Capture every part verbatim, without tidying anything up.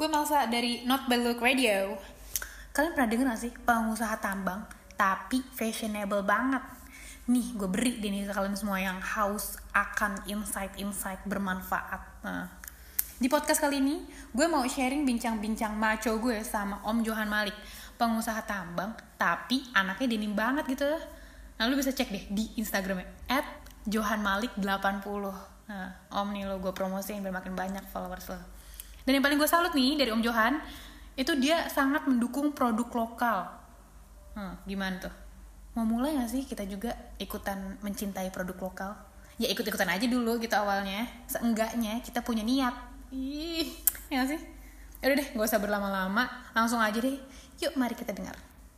Gue Malsa dari Not By Look Radio. Kalian pernah denger gak sih pengusaha tambang tapi fashionable banget? Nih gue beri deh nih ke kalian semua yang haus akan insight-insight bermanfaat. Nah, di podcast kali ini gue mau sharing bincang-bincang maco gue sama Om Johan Malik, pengusaha tambang tapi anaknya denim banget gitu. Nah lu bisa cek deh di Instagramnya at johan malik delapan puluh. Nah Om nih lo gue promosiin biar makin banyak followers lo. Dan yang paling gue salut nih dari Om Johan, itu dia sangat mendukung produk lokal. hmm, Gimana tuh? Mau mulai gak sih kita juga ikutan mencintai produk lokal? Ya ikut-ikutan aja dulu gitu awalnya. Seenggaknya kita punya niat. Ih, ya gak sih? Yaudah deh, gak usah berlama-lama, langsung aja deh. Yuk mari kita dengar.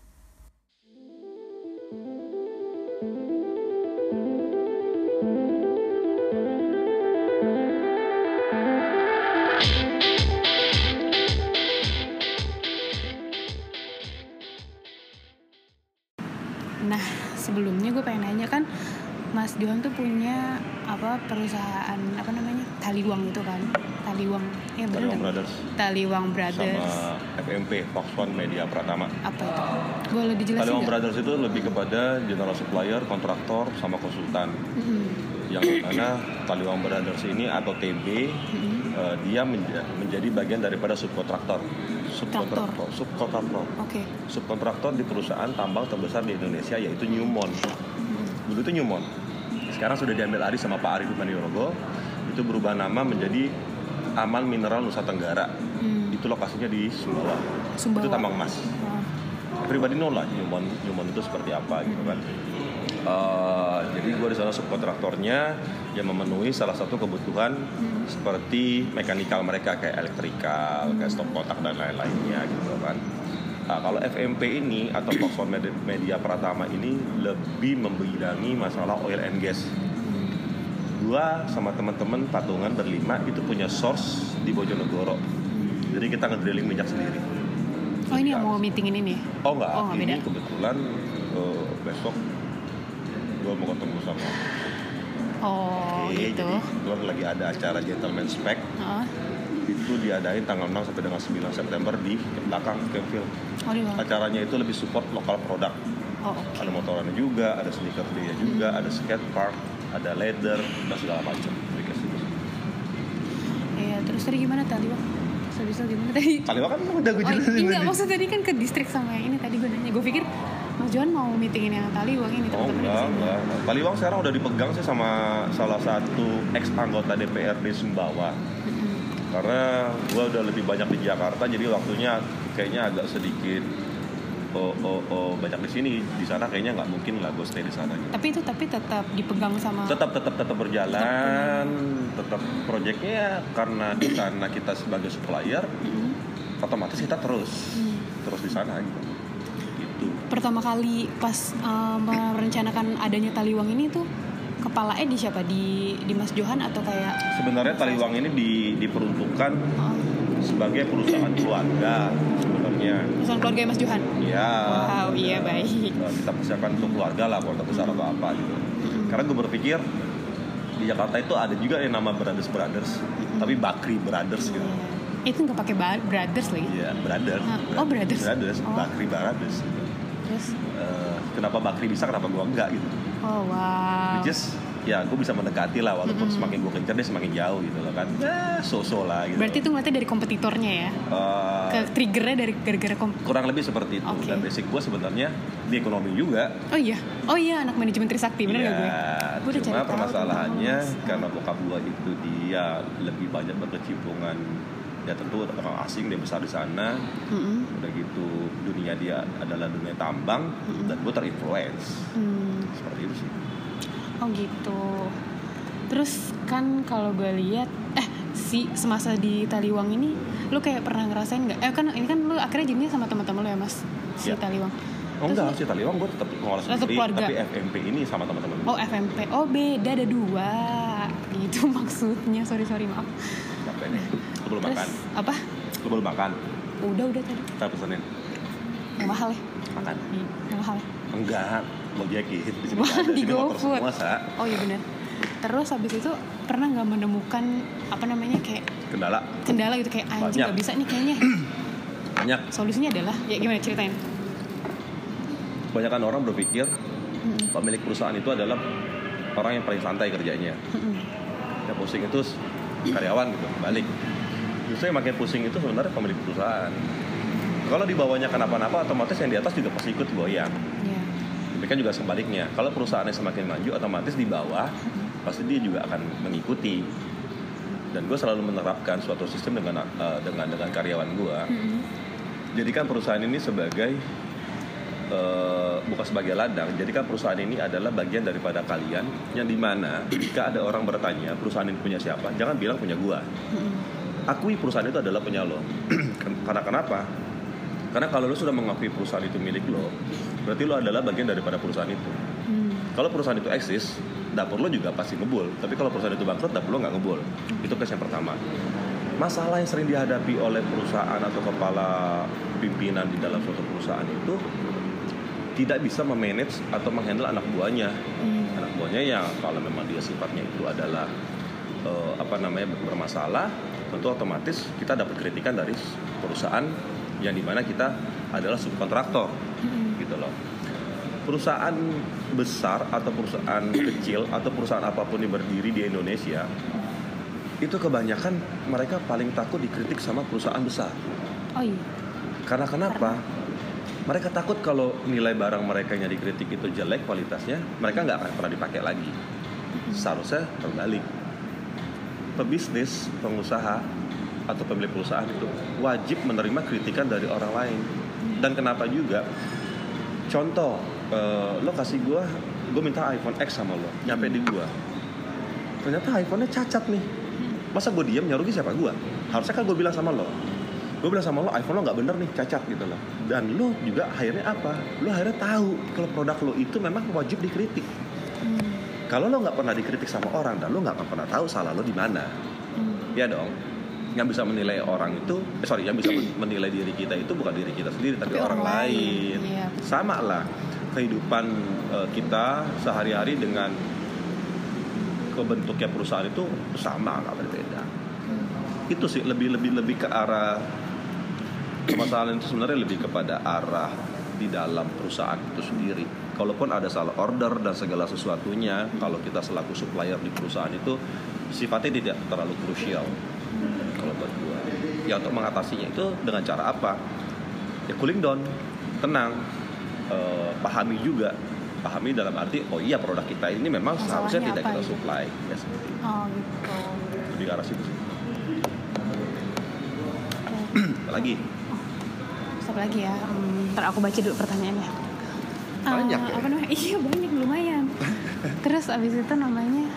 Nah, sebelumnya gue pengen nanya kan, Mas Johan tuh punya apa perusahaan apa namanya Taliwang itu kan, Taliwang, ya benar. Taliwang Brothers. Taliwang Brothers. Sama F M P, Fox One Media Pratama. Apa itu? Boleh dijelasin? Taliwang gak? Brothers itu lebih kepada general supplier, kontraktor, sama konsultan. Mm-hmm. Yang mana Taliwang Brothers ini atau T B, mm-hmm. uh, dia menja- menjadi bagian daripada subkontraktor. Subkontraktor, subkontraktor. Oke. Okay. Subkontraktor di perusahaan tambang terbesar di Indonesia yaitu Newmont. Dulu itu Newmont. Sekarang sudah diambil alih sama Pak Arif Manirogo. Itu berubah nama menjadi Aman Mineral Nusa Tenggara. Hmm. Itu lokasinya di Sumbawa. Sumbawa. Itu tambang emas. Oh. Everybody know lah Newmont, Newmont itu seperti apa gitu kan. Uh, jadi gue di sana subkontraktornya yang memenuhi salah satu kebutuhan hmm. seperti mekanikal mereka kayak elektrikal, hmm. kayak stop kontak dan lain-lainnya gitu kan. Nah, kalau F M P ini atau Fox One Media Pratama ini lebih membidangi masalah oil and gas. Hmm. Gua sama teman-teman patungan berlima itu punya source di Bojonegoro. Hmm. Jadi kita ngedrilling minyak sendiri. Oh ini yang mau meetingin ini? Oh enggak, oh, ini beda. Kebetulan uh, besok gue mau ketemu sama oh Oke, gitu. Jadi kebetulan lagi ada acara Gentleman Spec. Uh-huh. Itu diadain tanggal enam sampai dengan sembilan September di belakang Campfield. Oh, acaranya itu lebih support lokal produk. Oh, okay. Ada motorannya juga, ada sneaker dia juga, hmm. ada skate park, ada leather dan segala macam. Iya, terus tadi gimana tadi Bang? Bisa gimana tadi? Taliwang kan udah gue jelasin. Oh, enggak, maksud tadi kan ke distrik sama yang ini tadi gue nanya. Gue pikir Mas Johan mau meetingin yang Taliwang ini. Oh enggak, enggak. Taliwang sekarang udah dipegang sih sama salah satu ex anggota D P R D Sumbawa. Mm-hmm. Karena gue udah lebih banyak di Jakarta, jadi waktunya kayaknya agak sedikit oh, oh, oh, banyak di sini. Di sana kayaknya nggak mungkin lah gue stay di sana. Gitu. Tapi itu tapi tetap dipegang sama. Tetap tetap tetap berjalan, tetap, tetap proyeknya karena di sana kita sebagai supplier, mm-hmm. otomatis kita terus mm. terus di sana gitu. Gitu. Pertama kali pas uh, merencanakan adanya Taliwang ini tuh kepalanya di siapa? Di di Mas Johan atau kayak? Sebenarnya Taliwang ini di, diperuntukkan oh. sebagai perusahaan keluarga sebenarnya. Perusahaan keluarga Mas Johan? Iya. Wow, iya baik. Kita persiapkan untuk keluarga lah, keluarga besar atau apa gitu. Mm-hmm. Karena gue berpikir di Jakarta itu ada juga yang nama Brothers Brothers, mm-hmm. tapi Bakri Brothers gitu. Yeah. Itu nggak pakai brothers lagi? Iya, brothers. Nah, oh brothers. Brothers, oh. Bakri Brothers. Terus? Uh, kenapa Bakri bisa, kenapa gue enggak gitu? Oh wow. Which is, ya gue bisa mendekati lah, walaupun mm-hmm. semakin gue kejar dia semakin jauh gitu loh kan. Ya, so-so lah gitu. Berarti itu ngeliatnya dari kompetitornya ya? Uh, Ke triggernya dari gara-gara kom- kurang lebih seperti itu. Okay. Dan basic gue sebenarnya di ekonomi juga. Oh iya? Oh iya, anak manajemen Trisakti, bener ya, gak gue? Gue udah cuma permasalahannya tahu, karena bokap gue itu dia lebih banyak berkecimpungan. Ya tentu orang asing, dia besar di sana. Mm-hmm. Udah gitu dunia dia adalah dunia tambang, mm-hmm. dan gue terinfluence. Mm. Seperti itu sih. Oh gitu. Terus kan kalau gue lihat eh si semasa di Taliwang ini lu kayak pernah ngerasain nggak? Eh kan ini kan lu akhirnya jadinya sama teman-teman lu ya Mas si ya. Taliwang. Oh enggak, si Taliwang gue tetap ngolah sendiri, tapi F M P ini sama teman-teman. Oh F M P, oh beda, ada dua. Gitu maksudnya, sorry sorry maaf. Capek nih. Lu belum makan. Apa? Lu belum makan. Udah udah tadi. Kita pesenin. Yang mahal ya? Makan. Yang mahal ya? Enggak, mau jaket di sini ada. Di GoFood. Oh iya benar. Terus habis itu pernah nggak menemukan apa namanya kayak Kendala. kendala gitu kayak anjing Banyak. nggak bisa nih kayaknya. Banyak. Solusinya adalah ya gimana ceritain? Kebanyakan orang berpikir Mm-mm. pemilik perusahaan itu adalah orang yang paling santai kerjanya. Mm-mm. Yang pusing itu karyawan gitu, balik. Justru yang makin pusing itu sebenarnya pemilik perusahaan. Kalau di bawahnya kenapa-napa, otomatis yang di atas juga pasti ikut goyang. Yeah. Demikian juga sebaliknya. Kalau perusahaannya semakin maju, otomatis di bawah pasti dia juga akan mengikuti. Dan gue selalu menerapkan suatu sistem dengan uh, dengan dengan karyawan gue. Mm-mm. Jadikan perusahaan ini sebagai uh, bukan sebagai ladang. Jadikan perusahaan ini adalah bagian daripada kalian. Yang dimana jika ada orang bertanya perusahaan ini punya siapa, jangan bilang punya gue. Mm-mm. Akui perusahaan itu adalah punya lo. Karena kenapa? Karena kalau lo sudah mengakui perusahaan itu milik lo, berarti lo adalah bagian daripada perusahaan itu. Mm. Kalau perusahaan itu eksis, dapur lo juga pasti ngebul. Tapi kalau perusahaan itu bangkrut, dapur lo nggak ngebul. Itu case yang pertama. Masalah yang sering dihadapi oleh perusahaan atau kepala pimpinan di dalam suatu perusahaan itu tidak bisa memanage atau menghandle anak buahnya. Mm. Anak buahnya yang kalau memang dia sifatnya itu adalah uh, apa namanya bermasalah, tentu otomatis kita dapat kritikan dari perusahaan yang dimana kita adalah subkontraktor, Mm-mm. gitu loh. Perusahaan besar atau perusahaan kecil atau perusahaan apapun yang berdiri di Indonesia itu kebanyakan mereka paling takut dikritik sama perusahaan besar. Oh iya. Karena kenapa? Mereka takut kalau nilai barang mereka yang dikritik itu jelek kualitasnya, mereka nggak akan pernah dipakai lagi. Seharusnya terbalik. Pebisnis, pengusaha atau pemilik perusahaan itu wajib menerima kritikan dari orang lain. Dan kenapa juga? Contoh, uh, lo kasih gue, gue minta iPhone X sama lo, nyampe di gue. Ternyata iPhone-nya cacat nih. Masa gue diam, yang rugi siapa? Gue. Harusnya kan gue bilang sama lo. Gue bilang sama lo, iPhone lo nggak bener nih, cacat gitu loh. Dan lo juga akhirnya apa? Lo akhirnya tahu kalau produk lo itu memang wajib dikritik. Mm. Kalau lo nggak pernah dikritik sama orang dan lo nggak akan pernah tahu salah lo di mana, Mm. ya dong. Yang bisa menilai orang itu, eh, sorry, yang bisa menilai diri kita itu bukan diri kita sendiri, tapi, Tapi orang, orang lain. lain. Iya. Sama lah kehidupan uh, kita sehari-hari dengan kebentuknya perusahaan itu sama, nggak berbeda. Mm. Itu sih lebih lebih lebih ke arah permasalahan itu sebenarnya lebih kepada arah di dalam perusahaan itu sendiri. Kalaupun ada salah order dan segala sesuatunya, kalau kita selaku supplier di perusahaan itu sifatnya tidak terlalu krusial. Kalau buat gua, ya untuk mengatasinya itu dengan cara apa? Ya cooling down, tenang, eh, pahami juga, pahami dalam arti oh iya produk kita ini memang Masalahnya seharusnya tidak apa kita gitu? supply, ya seperti itu. Oh gitu. Lebih ke arah situ sih. Lagi Stop lagi ya. Hmm, ntar aku baca dulu pertanyaannya. Banyak Uh, ya? Apa namanya? Iya banyak lumayan. Terus abis itu namanya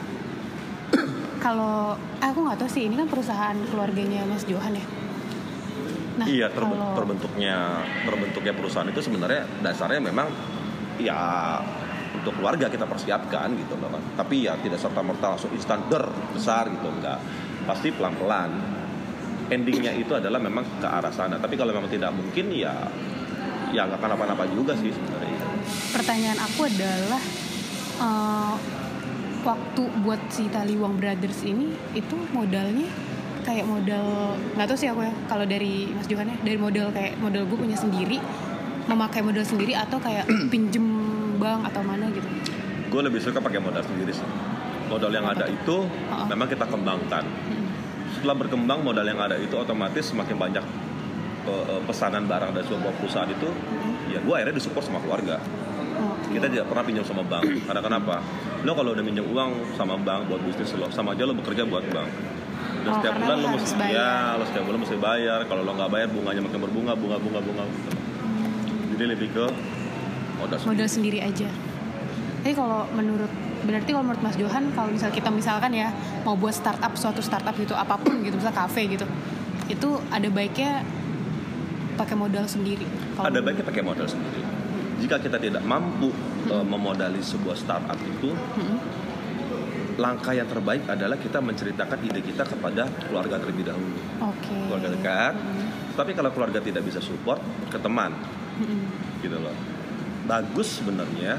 kalau aku nggak tahu sih ini kan perusahaan keluarganya Mas Johan ya. Nah, iya terbe- kalau terbentuknya terbentuknya perusahaan itu sebenarnya dasarnya memang ya untuk keluarga kita persiapkan gitu loh kan. Tapi ya tidak serta merta langsung instan der besar gitu, enggak. Pasti pelan pelan. Endingnya itu adalah memang ke arah sana. Tapi kalau memang tidak mungkin ya ya nggak kenapa-napa juga sih sebenarnya. pertanyaan aku adalah uh, waktu buat si Taliwang Brothers ini itu modalnya kayak modal nggak tahu sih aku ya kalau dari Mas Johan ya dari modal kayak modal gue punya sendiri memakai modal sendiri atau kayak pinjem bank atau mana gitu. Gue lebih suka pakai modal sendiri sih. Modal yang Apa ada tuh? itu Uh-uh. memang kita kembangkan. Hmm. Setelah berkembang modal yang ada itu otomatis semakin banyak uh, uh, pesanan barang dari sebuah perusahaan itu, Hmm. ya gue akhirnya disupport sama keluarga. Okay. Kita tidak pernah pinjam sama bank. Karena kenapa? Lo kalau udah minjem uang sama bank buat bisnis lo, sama aja lo bekerja buat bank. Dan Oh, setiap karena bulan lo lo harus mesti bayar. ya, lo setiap bulan mesti bayar. Kalau lo nggak bayar bunganya makin berbunga, bunga, bunga, bunga. Gitu. Jadi lebih ke modal sendiri. Modal sendiri aja. Tapi kalau menurut berarti kalau menurut Mas Johan kalau misal kita misalkan ya mau buat startup suatu startup gitu apapun gitu misal kafe gitu itu ada baiknya pakai modal sendiri. Kalau Ada baiknya pakai modal sendiri. Jika kita tidak mampu uh, memodali sebuah startup itu, Mm-mm. langkah yang terbaik adalah kita menceritakan ide kita kepada keluarga terlebih dahulu, Oke. keluarga dekat. Mm-mm. Tapi kalau keluarga tidak bisa support, ke teman, Mm-mm. gitu loh. Bagus sebenarnya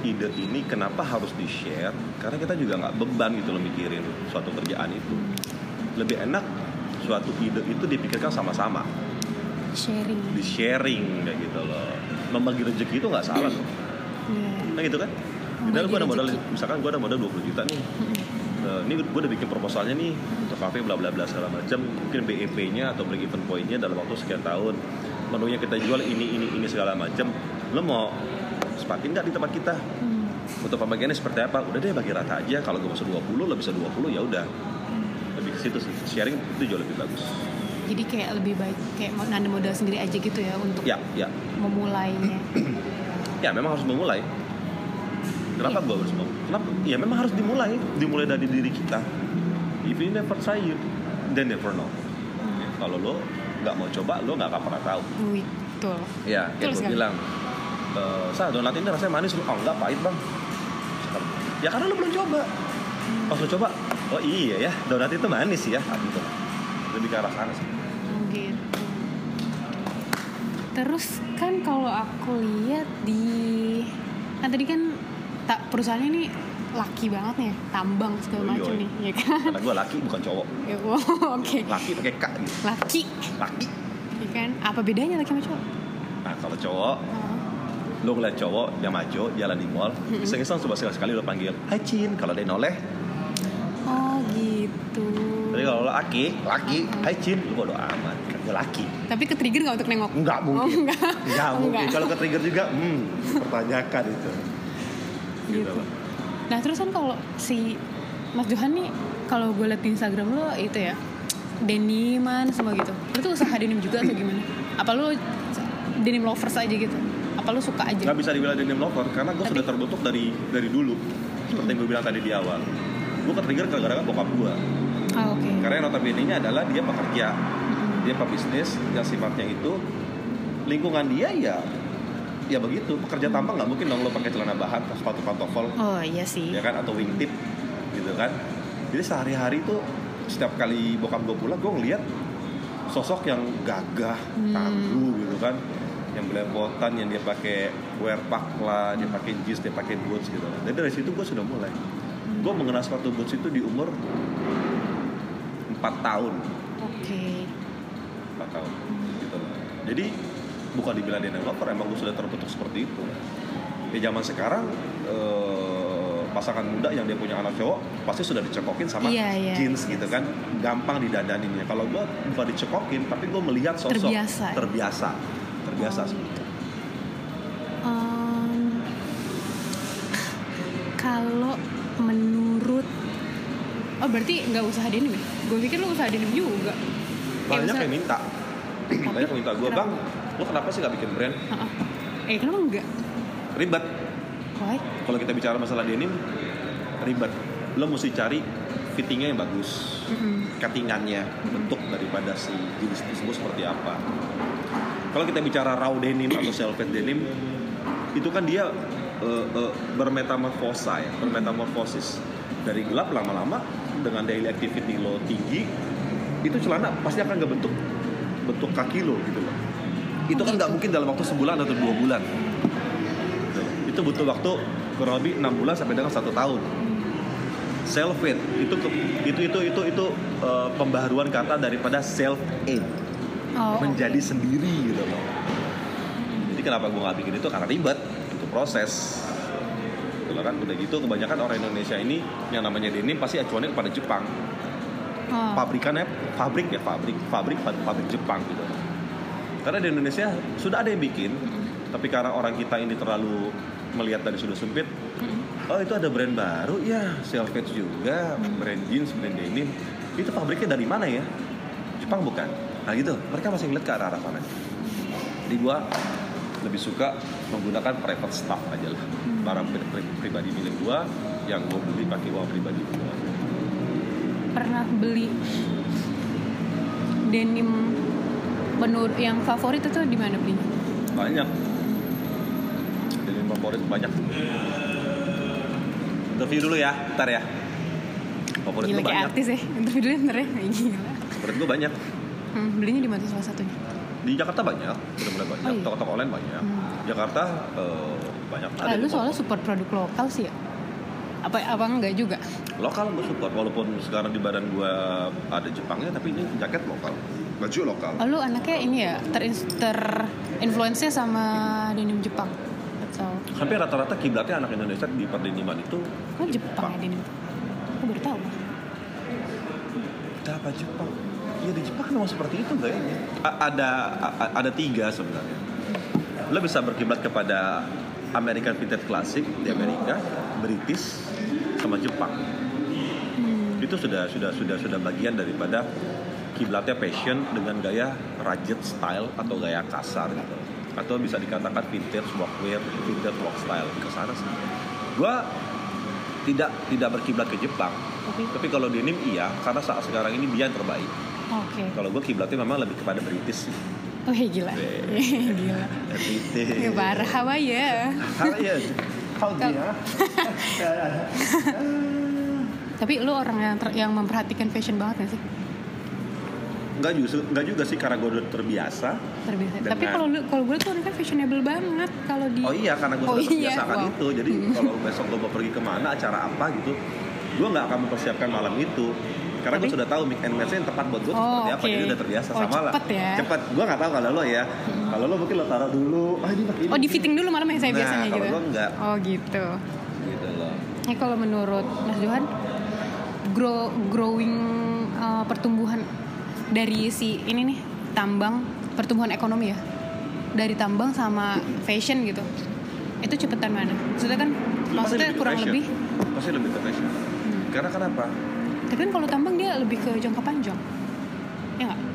ide ini kenapa harus di-share? Karena kita juga nggak beban gitu loh mikirin suatu kerjaan itu. Lebih enak suatu ide itu dipikirkan sama-sama. Sharing. Di-sharing kayak gitu loh. Membagi rezeki itu nggak salah loh. Yeah. Nah gitu kan? Padahal gue ada modal, misalkan gue ada modal dua puluh juta nih. Uh, ini gue udah bikin proposalnya nih untuk kafe bla bla bla segala macam. Mungkin B E P-nya atau break even point-nya dalam waktu sekian tahun. Menunya kita jual ini ini ini segala macam. Lo mau sepatin nggak di tempat kita? Hmm. Untuk pembagiannya seperti apa? Udah deh bagi rata aja. Kalau gue bisa dua puluh, lo bisa dua puluh ya udah. Hmm. Lebih ke situ sih. Sharing itu jauh lebih bagus. Jadi kayak lebih baik kayak mau nanda modal sendiri aja gitu ya untuk ya, ya. memulainya. Ya memang harus memulai. Kenapa yeah. gue harus mau? Kenapa? Ya memang harus dimulai. Dimulai dari diri kita. If you never try it, then never know. Hmm. Ya, kalau lo nggak mau coba, lo nggak akan pernah tahu. Betul. Ya, kayak gue bilang, e, Sa, donat ini rasanya manis. Oh enggak, pahit bang. Ya karena lo belum coba. Hmm. Pas lo coba, oh iya ya, donat itu manis ya. Gitu. Lebih ke arah sana sih. Gitu. Terus kan kalau aku lihat di, kan tadi kan tak perusahaannya ini laki banget nih, tambang segala macam nih, ya kan? Karena gue laki bukan cowok. Ya, wow, oke. Okay. Laki pakai K gitu. Laki. Laki. Ya kan? Apa bedanya laki sama cowok? Nah kalau cowok, uh-huh. lo ngeliat cowok yang maju jalan di mall, mm-hmm. iseng-iseng coba sekali-sekali lo panggil, Hai Cin, kalau dia noleh. Oh gitu. Jadi kalau lo laki, laki, uh-huh. Hai Cin, lo bodo amat, gue laki. Tapi ke trigger nggak untuk nengok? Nggak mungkin. Oh, enggak. Nggak mungkin. Kalau ke trigger juga, hmm, pertanyakan itu. Gitu. gitu. Nah terus kan kalau si Mas Johan nih, kalau gue liat di Instagram lo itu ya, deniman semua gitu. Lo tuh usaha denim juga atau gimana? Apa lo denim lovers aja gitu? Apa lo suka aja? Gak bisa dibilang denim lover karena gue sudah terbentuk dari dari dulu. Seperti yang gue bilang tadi di awal. Gue ke-trigger gara-gara bokap gue. Ah, oke. Okay. Karena notabene-nya adalah dia pekerja, hmm. dia pebisnis yang sifatnya itu lingkungan dia ya ya begitu, pekerja tambang nggak mungkin dong lo pakai celana bahan, sepatu pantofel, oh iya sih, ya kan, atau wingtip, gitu kan. Jadi sehari-hari tuh setiap kali bokap gue pulang, gue ngeliat sosok yang gagah, hmm. tangguh, gitu kan, yang belepotan, yang dia pakai wear pack lah, dia pakai jeans, dia pakai boots, gitu. Dan dari situ gue sudah mulai, gue mengenal sepatu boots itu di umur empat tahun. Oke. Okay. empat tahun, gitu. Jadi bukan dibilang dia developer, emang gue sudah terbentuk seperti itu. Di zaman sekarang eh, pasangan muda yang dia punya anak cowok pasti sudah dicekokin sama yeah, yeah. jeans gitu kan, gampang didadaninnya. Kalau gue bukan dicekokin, tapi gue melihat sosok terbiasa, terbiasa, terbiasa oh. sih. Um, kalau menurut, oh berarti nggak usaha denim ya? Gue pikir lu usaha denim juga. Banyak yang minta, banyak yang minta gue, bang, lo kenapa sih gak bikin brand? Uh-uh. Eh kenapa enggak? Ribet. Why? Kalau kita bicara masalah denim, ribet. Lo mesti cari fittingnya yang bagus, mm-hmm. cuttingannya, mm-hmm. bentuk daripada si jenis tersebut seperti apa. Kalau kita bicara raw denim atau self-fed denim, itu kan dia uh, uh, bermetamorfosa ya, bermetamorfosis. Dari gelap lama-lama dengan daily activity lo tinggi, itu celana pasti akan nggak bentuk bentuk kaki lo gitu loh. Itu kan nggak mungkin dalam waktu sebulan atau dua bulan. Itu butuh waktu kurang lebih enam bulan sampai dengan satu tahun. Self made itu itu itu itu itu uh, pembaharuan kata daripada self aid, oh, menjadi okay. sendiri gitu loh. Jadi kenapa gue nggak bikin itu, karena ribet, itu proses. Kalau kan udah gitu kebanyakan orang Indonesia ini yang namanya denim pasti acuannya kepada Jepang. Oh. Pabrikannya pabrik ya pabrik pabrik pabrik Jepang gitu. Karena di Indonesia sudah ada yang bikin, mm-hmm. tapi karena orang kita ini terlalu melihat dari sudut sempit, mm-hmm. oh itu ada brand baru ya, self-made juga, mm-hmm. brand jeans, brand denim, itu pabriknya dari mana ya? Jepang bukan? Nah gitu, mereka masih ngeliat ke arah-arah sana. Jadi gua lebih suka menggunakan private staff aja lah, mm-hmm. barang pribadi milik gua yang gua beli pakai uang pribadi gua. Pernah beli denim menurut yang favorit itu di mana belinya? Banyak. Denim favorit banyak. Interview dulu ya, ntar ya. Favorit gue banyak. Gila kayak artis ya, interview dulu ntar ya. Gila. Favorit gue banyak. Hmm, belinya di mana salah satunya? Di Jakarta banyak, benar-benar banyak. Oh, iya. Toko-toko online banyak. Hmm. Jakarta uh, banyak. Ada lu soalnya support produk lokal sih ya? Apa apa enggak juga? Lokal gue support, walaupun sekarang di badan gue ada Jepangnya, tapi ini jaket lokal, baju lokal. Oh, lu anaknya ini ya ter terinfluence sama denim Jepang atau? Hampir rata-rata kiblatnya anak Indonesia di perdeniman itu. Oh, Jepang, Jepang ya denim. Aku baru tahu. Apa Jepang? Ya di Jepang memang seperti itu kayaknya. A- ada a- ada tiga sebenarnya. Lo bisa berkiblat kepada American Vintage Classic di Amerika, British, sama Jepang. Hmm. Itu sudah sudah sudah sudah bagian daripada kiblatnya fashion dengan gaya rugged style atau gaya kasar gitu. Atau bisa dikatakan vintage workwear, vintage work style, ke sana sih. Gua tidak tidak berkiblat ke Jepang. Okay. Tapi kalau denim iya, karena saat sekarang ini dia yang terbaik. Oke. Okay. Kalau gue kiblatnya memang lebih kepada British sih. Oh gila. Gila. British. Ya parah apa ya? Apa ya? Kau dia. Tapi lu orang yang ter- yang memperhatikan fashion banget gak sih? Enggak juga, enggak juga sih karena gue udah terbiasa. Terbiasa. Dengan... Tapi kalau lu kalau gue tuh kan fashionable banget kalau di. Oh iya, karena gue oh, sudah iya. terbiasakan wow. itu. Jadi kalau besok gue mau pergi kemana, acara apa gitu, gue nggak akan mempersiapkan malam itu. Karena gue sudah tahu mix and match yang tepat buat gue oh, seperti apa, okay. Jadi udah terbiasa oh, sama lah. Cepet ya. Cepet. Gue nggak tahu kalau lo ya. Hmm. Kalau lo mungkin lo taruh dulu. Ah ini begini. Oh di fitting dulu malam yang saya nah, biasanya gitu. Nah kalau gue enggak. Oh gitu. Gitu loh. Nah kalau menurut Mas Johan, grow growing uh, pertumbuhan dari si ini nih tambang, pertumbuhan ekonomi ya, dari tambang sama fashion gitu, itu cepetan mana? Maksudnya kan, Lu maksudnya kurang fashion. lebih. Pasti lebih ke fashion. Hmm. Karena kenapa? Tapi kan kalau tambang dia lebih ke jangka panjang, ya nggak?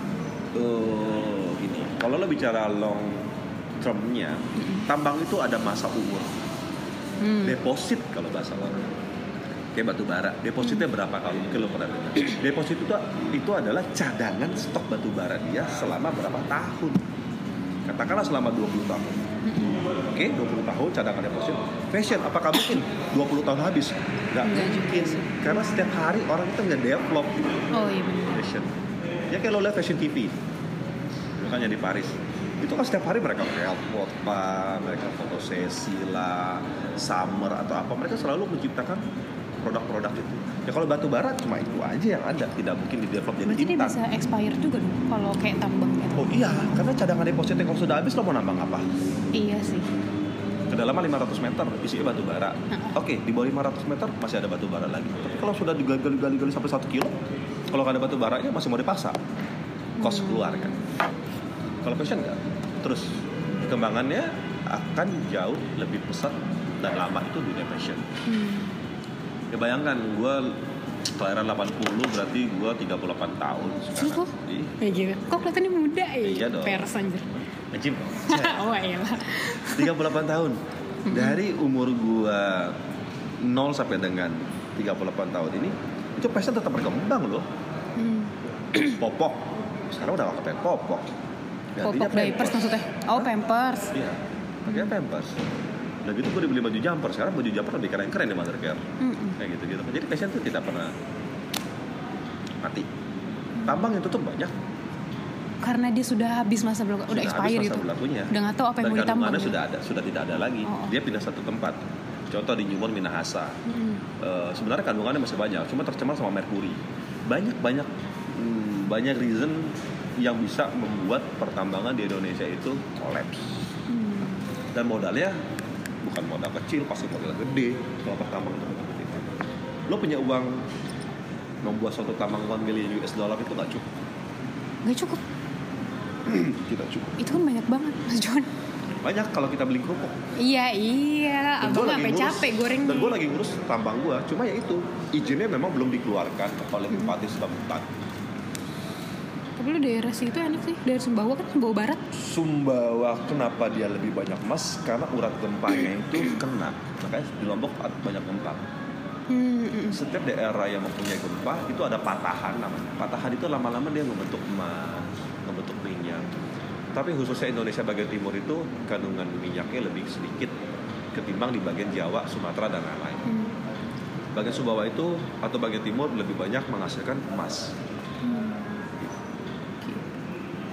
Uh, gini, kalau lo bicara long termnya, mm-hmm. tambang itu ada masa umur. Hmm. Deposit kalau bahasa orang. Kayak batu bara, depositnya hmm. berapa kali mungkin lo pernah dengar. Deposit itu itu adalah cadangan stok batu bara dia selama berapa tahun. Katakanlah selama dua puluh tahun. Hmm. Oke, okay, dua puluh tahun cadangan deposit. Fashion apakah mungkin dua puluh tahun habis? Enggak mungkin. Karena setiap hari orang itu nge-develop. Oh iya benar. Fashion. Ya kayak lo lihat fashion T V. Bukannya di Paris. Itu kan setiap hari mereka repot pak, mereka foto sesi lah, summer atau apa, mereka selalu menciptakan produk-produk itu. Ya kalau batu bara cuma itu aja yang ada, tidak mungkin di develop jadi instan. Berarti dia bisa expire juga dong kalau kayak tambang gitu. Oh iya, karena cadangan depositnya kalau sudah habis lo mau nambang apa? Iya sih. Kedalaman lima ratus meter isinya batu bara. Uh-huh. Oke, di bawah lima ratus meter masih ada batu bara lagi. Tapi kalau sudah digali-gali sampai satu kilo, kalau ada batu baranya masih mau dipasang, cost hmm. keluar kan. Kalau fashion enggak. Terus perkembangannya akan jauh lebih pesat dan lama itu dunia fashion. Hmm. Ya bayangkan gue kelahiran delapan puluh berarti gue tiga puluh delapan tahun sekarang. Iya gitu. Kok kelihatannya muda ya? Iya dong. Pers anjir. Ngejim. Oh iya lah. tiga puluh delapan tahun. Dari umur gue nol sampai dengan tiga puluh delapan tahun ini itu fashion tetap berkembang loh. Hmm. Popok. Sekarang udah gak pakai popok. Popok diapers maksudnya? Oh, Pampers. Iya. Pakai Pampers. Udah gitu gue dibeli baju jumper. Sekarang baju jumper lebih keren-keren di Mothercare. Mm-mm. Kayak gitu-gitu. Jadi fashion tuh tidak pernah mati. Tambang yang tutup banyak. Karena dia sudah habis masa berlaku, udah expired itu. Udah nggak tahu apa yang mau ditambang. Dan sudah ada, sudah tidak ada lagi. Oh. Dia pindah satu tempat. Contoh di Newmont Minahasa. Mm-hmm. Uh, sebenarnya kandungannya masih banyak, cuma tercemar sama merkuri. Banyak-banyak hmm, banyak reason yang bisa membuat pertambangan di Indonesia itu collapse. Mm. Dan modalnya bukan modal kecil, pasti modal gede. Kalau pertambang itu gede. Lo punya uang membuat suatu tambang one million U S dollar itu nggak cukup. Nggak cukup. Tidak cukup. Itu kan banyak banget, Mas John. Banyak kalau kita beli kerupuk. Iya iya. Abang sampai capek gorengnya. Dan gue lagi ngurus tambang gue. Cuma ya itu izinnya memang belum dikeluarkan oleh Bupati Sumbawa. Tapi lu daerah situ enak sih, daerah Sumbawa kan, Sumbawa Barat. Sumbawa kenapa dia lebih banyak emas? Karena urat gempanya itu kena. Makanya di Lombok banyak gempa. Hmm. Setiap daerah yang mempunyai gempa itu ada patahan namanya. Patahan itu lama-lama dia membentuk emas, membentuk minyak. Tapi khususnya Indonesia bagian timur itu kandungan minyaknya lebih sedikit ketimbang di bagian Jawa, Sumatera dan lain-lain. Hmm. Bagian Sumbawa itu atau bagian timur lebih banyak menghasilkan emas.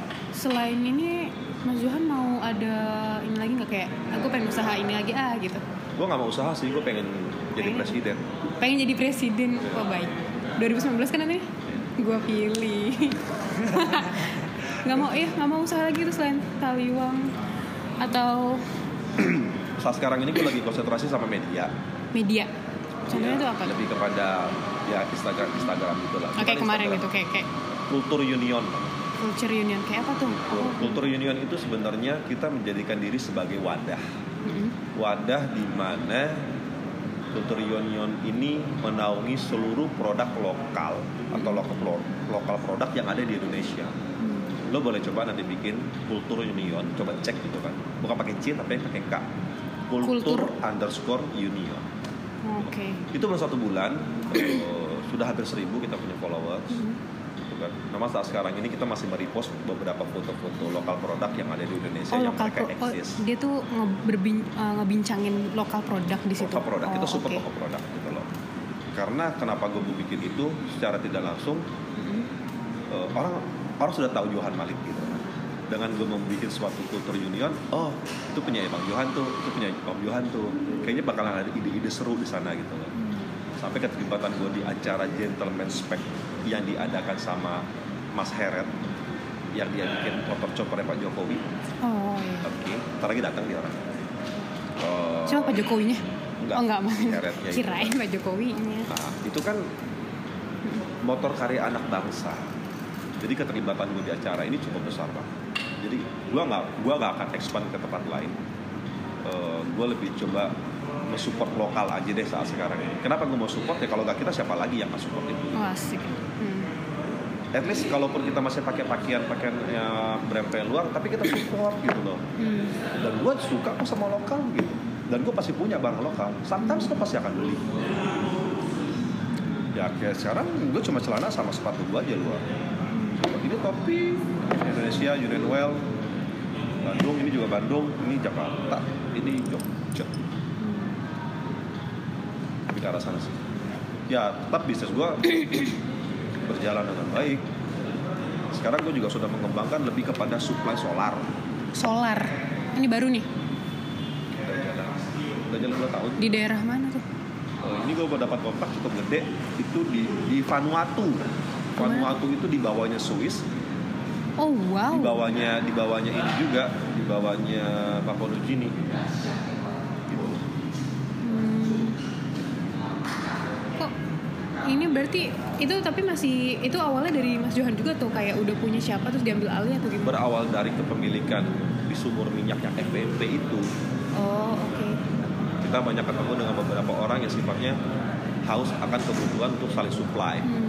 selain ini Mas Johan mau ada ini lagi nggak, kayak aku pengen usaha ini lagi ah gitu? Gue nggak mau usaha sih, gue pengen jadi pengen. presiden. Pengen jadi presiden, oh baik. dua ribu sembilan belas kan nanti? Gue pilih. Nggak mau, ya nggak mau usaha lagi tuh selain Taliwang atau? Saat sekarang ini gue lagi konsentrasi sama media. Media. Contohnya itu apa? Lebih kepada ya Instagram, Instagram gitu lah. Oke, okay, kemarin gitu kayak kayak. Kultur union. Culture union kayak apa tuh? Kultur union itu sebenarnya kita menjadikan diri sebagai wadah. Mm-hmm. Wadah di mana kultur union ini menaungi seluruh produk lokal mm-hmm. atau lokal lokal produk yang ada di Indonesia. Mm-hmm. Lo boleh coba nanti bikin kultur union, coba cek gitu kan. Bukan pakai C tapi pakai K. Kultur, kultur underscore union. Oke. Okay. Itu baru satu bulan. uh, sudah hampir seribu kita punya followers. Mm-hmm. Kan. Nama saat sekarang ini kita masih merepost beberapa foto-foto lokal produk yang ada di Indonesia oh, yang mereka pro- eksis. Oh, dia tuh ngeberbin, uh, ngebincangin lokal produk di situ. Lokal produk, oh, kita support okay. lokal produk gitu loh. Karena kenapa gue bikin itu secara tidak langsung mm-hmm. uh, orang orang sudah tahu Johan Malik gitu. Dengan gue membuat suatu kultur union, oh itu punya Bang Johan tuh, itu punya Om Johan tuh. Kayaknya bakalan ada ide-ide seru di sana gitu loh. Mm. Sampai keterlibatan gue di acara Gentleman Spec yang diadakan sama Mas Heret yang dia bikin motor choppernya Pak Jokowi. Oh iya. Oke, okay. Ntar lagi datang dia orang. Uh, Siapa Pak Jokowinya? Enggak. Oh enggak, Heretnya. Kirain Pak Jokowinya. Nah, itu kan motor karya anak bangsa. Jadi keterlibatan gue di acara ini cukup besar, Bang. Jadi gue nggak gue nggak akan expand ke tempat lain. Uh, gue lebih coba support lokal aja deh saat sekarang ini. Kenapa gue mau support ya? Kalau nggak kita siapa lagi yang nggak support itu? Oh, asik. Hmm. At least kalaupun kita masih pakai pakaian pakaian ya, brand luar, tapi kita support gitu loh. Hmm. Dan gue suka kok sama lokal gitu. Dan gue pasti punya barang lokal. Sometimes gue pasti akan beli. Ya kayak sekarang gue cuma celana sama sepatu gue aja luar. Ini topi Indonesia, Union Well, Bandung, ini juga Bandung, ini Jakarta, ini Jogja. Lebih ke arah sana sih. Ya tetap bisnis gue berjalan dengan baik. Sekarang gue juga sudah mengembangkan lebih kepada supply solar. Solar? Ini baru nih? Udah jalan, udah jalan dua tahun. Di daerah mana tuh? Oh, ini gue dapat kontrak cukup gede. Itu di, di Vanuatu. Vanuatu itu di bawahnya Swiss. Oh wow. Di bawahnya, di bawahnya ini juga, di bawahnya Papua New Guinea. Gitu. Hmm. Kok ini berarti itu tapi masih itu awalnya dari Mas Johan juga tuh, kayak udah punya siapa terus diambil alih atau gimana? Berawal dari kepemilikan di sumur minyak yang F B M P itu. Oh oke. Okay. Kita banyak ketemu dengan beberapa orang yang sifatnya haus akan kebutuhan untuk saling supply. Hmm.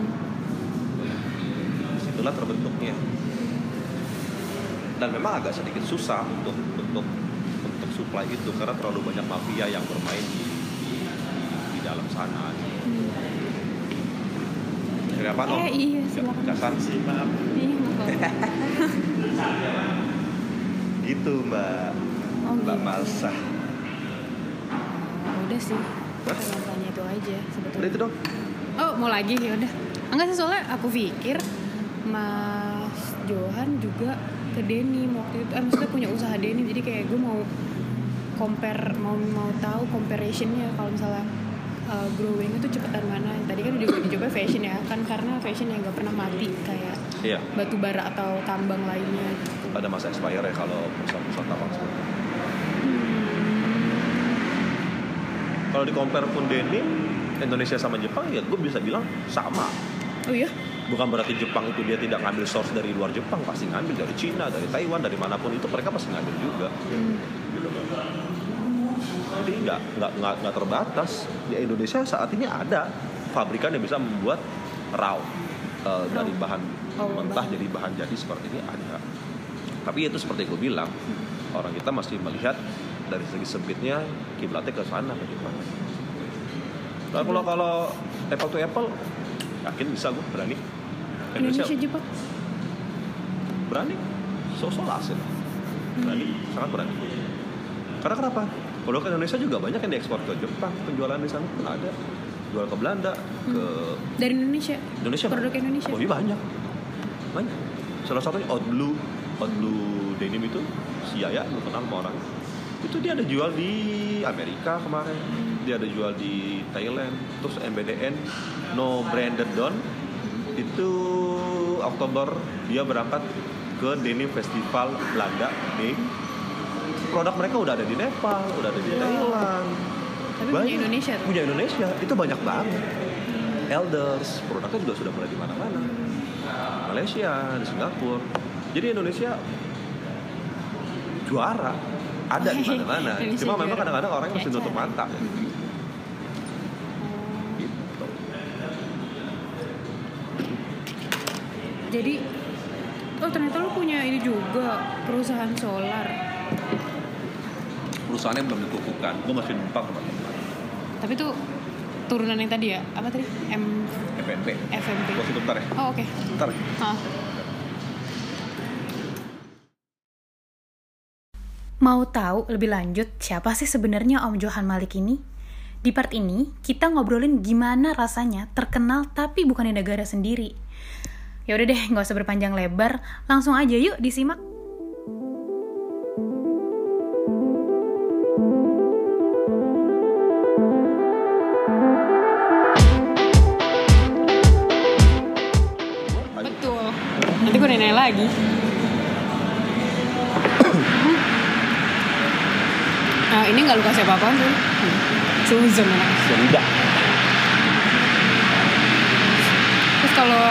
Itulah terbentuknya. Dan memang agak sedikit susah untuk untuk untuk supply itu karena terlalu banyak mafia yang bermain di di, di dalam sana. Hmm. Jadi apa no? Eh iya silakan. Kasar sih maaf. Iya gitu Mbak. Oh, Mbak gitu. Malsa. Oh, udah sih. Kita tanya itu aja sebetulnya. Udah itu dong. Oh mau lagi ya udah. Enggak sih, soalnya aku pikir Mas Johan juga ke denim waktu itu, eh maksudnya punya usaha denim, jadi kayak gue mau compare, mau mau tahu comparationnya kalau misalnya uh, growing itu cepetan mana. Tadi kan udah dicoba fashion ya kan, karena fashion yang nggak pernah mati kayak iya. batu bara atau tambang lainnya gitu. Ada masa expire ya kalau perusahaan-perusahaan tambang seperti itu. Hmm. Kalau di compare pun denim Indonesia sama Jepang ya gue bisa bilang sama. Oh iya? Bukan berarti Jepang itu dia tidak ngambil source dari luar Jepang, pasti ngambil dari Cina, dari Taiwan, dari manapun itu mereka pasti ngambil juga. Hmm. Gitu kan. Jadi nggak nggak nggak nggak terbatas. Di Indonesia saat ini ada pabrikan yang bisa membuat raw uh, dari bahan oh, mentah bahan. jadi bahan jadi seperti ini ada. Tapi itu seperti gue bilang, hmm. orang kita masih melihat dari segi sempitnya kiblatnya ke sana ke Jepang. Nah, kalau kalau apple to apple yakin bisa gue berani. Indonesia, Indonesia Jepang berani, so-so lah hasil berani, hmm. sangat berani. Karena kenapa? Kalau ke Indonesia juga banyak yang diekspor ke Jepang, penjualan di sana pun ada, jual ke Belanda, hmm. ke dari Indonesia. Indonesia produk Indonesia. Oh iya banyak, banyak. Salah satunya Oud Blue, hot blue denim itu si Yaya, lu kenal sama orang itu, dia ada jual di Amerika kemarin, dia ada jual di Thailand. Terus M B D N No Branded Don itu Oktober dia berangkat ke denim festival Belanda nih. Produk mereka udah ada di Nepal, udah ada di Thailand. Tapi banyak. Punya Indonesia tuh. Punya Indonesia itu banyak banget. Elders produknya juga sudah mulai di mana-mana. Malaysia, di Singapura. Jadi Indonesia juara, ada di mana-mana. Cuma memang kadang-kadang orangnya masih tutup mata. Ya. Gitu. Jadi, oh ternyata lu punya ini juga, perusahaan solar. Perusahaannya belum dikukuhkan, gue masih numpang teman-teman. Tapi tuh turunan yang tadi ya, apa tadi? M F M P. F M P. Gue sebentar ya. Oh oke. Okay. Bentar. Ah. Mau tahu lebih lanjut siapa sih sebenarnya Om Johan Malik ini? Di part ini kita ngobrolin gimana rasanya terkenal tapi bukan di negara sendiri. Ya udah deh, nggak usah berpanjang lebar, langsung aja yuk disimak. Betul. Nanti gue nanya lagi. Nah, ini nggak lu kasih apa-apaan tuh? Suzon ya? Sudah. Terus kalau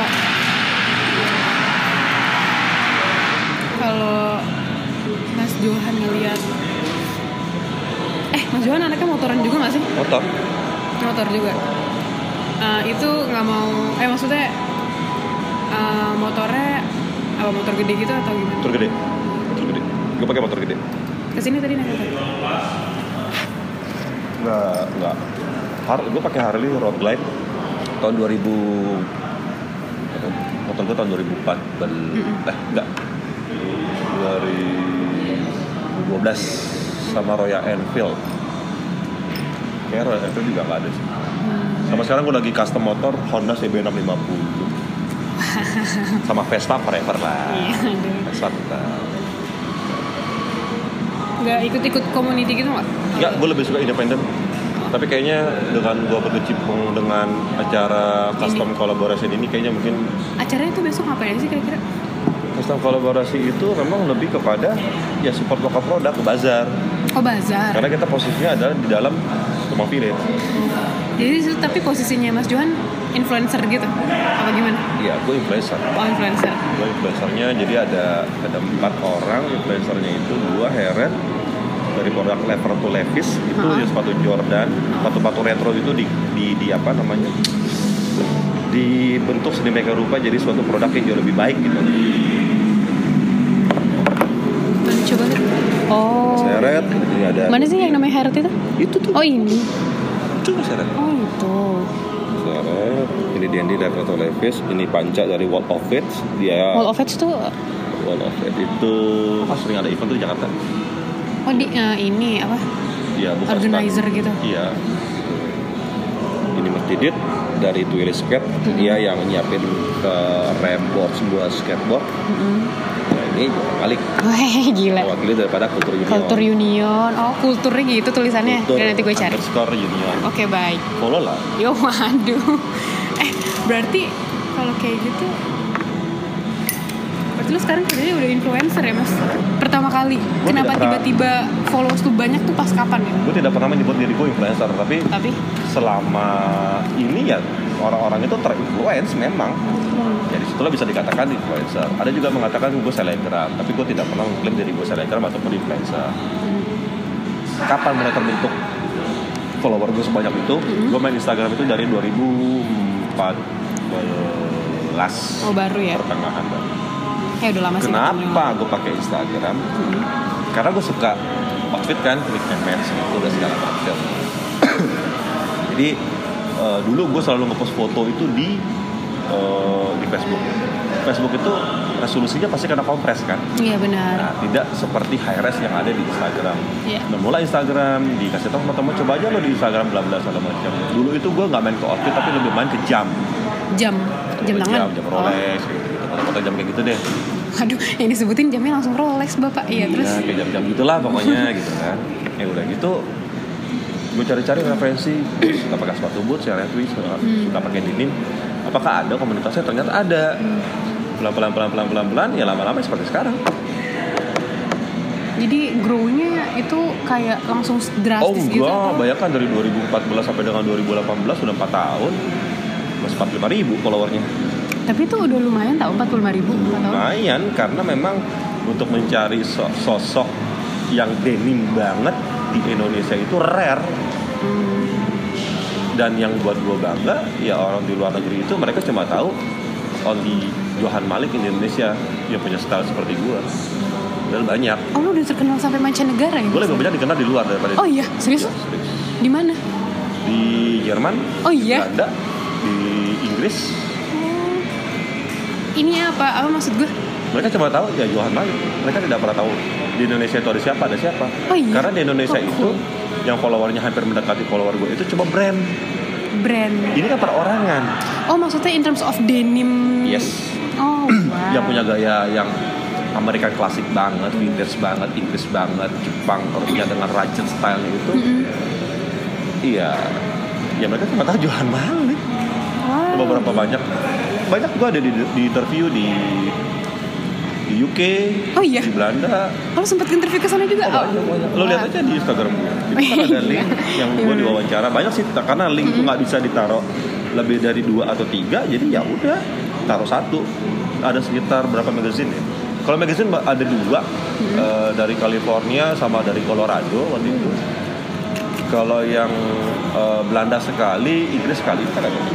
kalau Mas Johan ngeliat, eh Mas Johan anaknya motoran juga nggak sih? Motor. Motor juga. Uh, itu nggak mau, eh maksudnya uh, motornya apa motor gede gitu atau gimana? Motor gede. Motor gede. Gue pakai motor gede. Kesini tadi naik apa? Nggak, nggak. Har- gue pakai Harley Road Glide tahun dua ribu. Motor gue tahun dua ribu empat. Bel- mm-hmm. Eh, enggak. dua ribu dua belas sama Royal Enfield. Kayaknya Royal Enfield juga nggak ada sih. Hmm. Sama sekarang gue lagi custom motor Honda C B enam lima puluh. Sama Vespa forever lah. Vespa tetap. Nggak ikut-ikut community gitu nggak? Nggak, gue lebih suka independen. Tapi kayaknya dengan gue berkecimpung dengan acara custom ini. Collaboration ini kayaknya mungkin. Acaranya itu besok ngapain sih kira-kira? Custom collaborasi itu memang lebih kepada ya support lokal produk, bazar. Oh bazar. Karena kita posisinya adalah di dalam Kemang Village. Jadi tapi posisinya Mas Johan influencer gitu? Apa gimana? Iya, gue influencer. Oh influencer. Gue influencernya jadi ada ada empat orang influencernya itu, gue Heren dari produk Lever to Levis itu uh-huh. ya sepatu Jordan, sepatu-sepatu retro itu di, di di apa namanya dibentuk sedemikian rupa jadi suatu produk yang jauh lebih baik gitu. Mana coba lihat? Oh. Seret, ini ada. Mana sih yang namanya Heret itu? Itu tuh. Oh ini. Coba seret. Oh itu. Seret, ini D and D Lever to Levis, ini panca dari Wall of Fate, dia. Wall of Fate tuh. Wall of Fate itu pas sering ada event tuh di Jakarta. Oh di uh, ini apa? Iya, bukan organizer stand. Gitu. Iya. Ini Mas Didit dari Twilly Skate, mm-hmm. dia yang nyiapin ke rem board sebuah skateboard. Mm-hmm. Nah ini Malik. Wah gila. Wakili daripada Kultur Union. Kultur Union. Oh kulturnya gitu tulisannya. Kultur Dan nanti gue cari. Underscore Union. Oke okay, baik. Follow lah. Yo waduh. Eh berarti kalau kayak gitu. Berarti lu sekarang kerjanya udah influencer ya mas? Pertama kali. Gua kenapa tiba-tiba followers tuh banyak tuh pas kapan ya? Gue tidak pernah menyebut diri gue influencer, tapi, tapi selama ini ya orang-orang itu terinfluence memang. Hmm. Jadi situlah bisa dikatakan influencer. Ada juga mengatakan gue selebgram, tapi gue tidak pernah mengklaim diri gue selebgram ataupun influencer. Hmm. Kapan mulai terbentuk follower gue sebanyak itu? Hmm. Gue main Instagram itu dari dua ribu empat belas. Oh baru ya? Pertengahan baru. Ya udah lama sih. Kenapa gue pakai Instagram? Hmm. Karena gue suka outfit kan, mix and match itu udah segala macam. Jadi uh, dulu gue selalu ngepost foto itu di uh, di Facebook. Facebook itu resolusinya pasti kena kompres kan? Iya benar. Nah, tidak seperti high-res yang ada di Instagram. Iya. Nah, mulai Instagram dikasih tahu teman-teman coba aja lo di Instagram bla bla segala macam. Dulu itu gue nggak main ke outfit tapi lebih main ke jam. Jam, jam tangan. Jam, jam Rolex, oh. gitu, foto-foto jam kayak gitu deh. Aduh, yang disebutin jamnya langsung Rolex bapak. Iya, terus ya kayak jam-jam gitulah pokoknya gitu kan. Ya udah gitu gue cari-cari referensi, suka pakai sepatu boot, saya lihat suka, hmm. suka pakai denim. Apakah ada komunitasnya? Ternyata ada. Pelan-pelan pelan-pelan pelan-pelan ya lama-lama seperti sekarang. Jadi grow-nya itu kayak langsung drastis gitu? Oh enggak, gitu, bayangkan dari dua ribu empat belas sampai dengan dua ribu delapan belas sudah empat tahun, masih empat puluh lima ribu followernya. Tapi itu udah lumayan tau, empat puluh lima ribu. Lumayan, karena memang untuk mencari sosok yang denim banget di Indonesia itu rare. Hmm. Dan yang buat gue bangga, ya orang di luar negeri itu mereka cuma tahu only Johan Malik di Indonesia yang punya style seperti gue. Dan banyak. Oh, lu udah terkenal sampai mancanegara ya? Gue lebih banyak dikenal di luar daripada. Oh iya, serius? Ya, serius. Di mana? Di Jerman. Oh iya. Di Belanda, di Inggris. Oh. Ini apa? Apa maksud gue? Mereka cuma tahu ya Johan Malik. Mereka tidak pernah tahu di Indonesia itu ada siapa, ada siapa. Oh iya. Karena di Indonesia oh, itu cool. yang followernya hampir mendekati follower gue itu cuma brand. Brand. Ini kan perorangan. Oh, maksudnya in terms of denim. Yes. Oh, wow. Yang punya gaya yang American klasik banget, vintage banget, Inggris banget, Jepang, orangnya dengan rugged style itu. Mm-hmm. Iya. Ya mereka cuma tahu Johan Malik. Wow. Beberapa banyak banyak gue ada di, di interview di di U K, oh, iya? di Belanda. Kalau sempat interview ke sana juga? Oh, banyak, banyak. Lo lihat aja di Instagram gue. Itu kan ada link yang gue diwawancara. Banyak sih, karena link itu nggak bisa ditaruh lebih dari dua atau tiga. Jadi ya udah taruh satu. Ada sekitar berapa magazine ya? Kalau magazine ada dua, hmm. uh, dari California sama dari Colorado waktu itu. Kalau yang uh, Belanda sekali, Inggris sekali kan ada.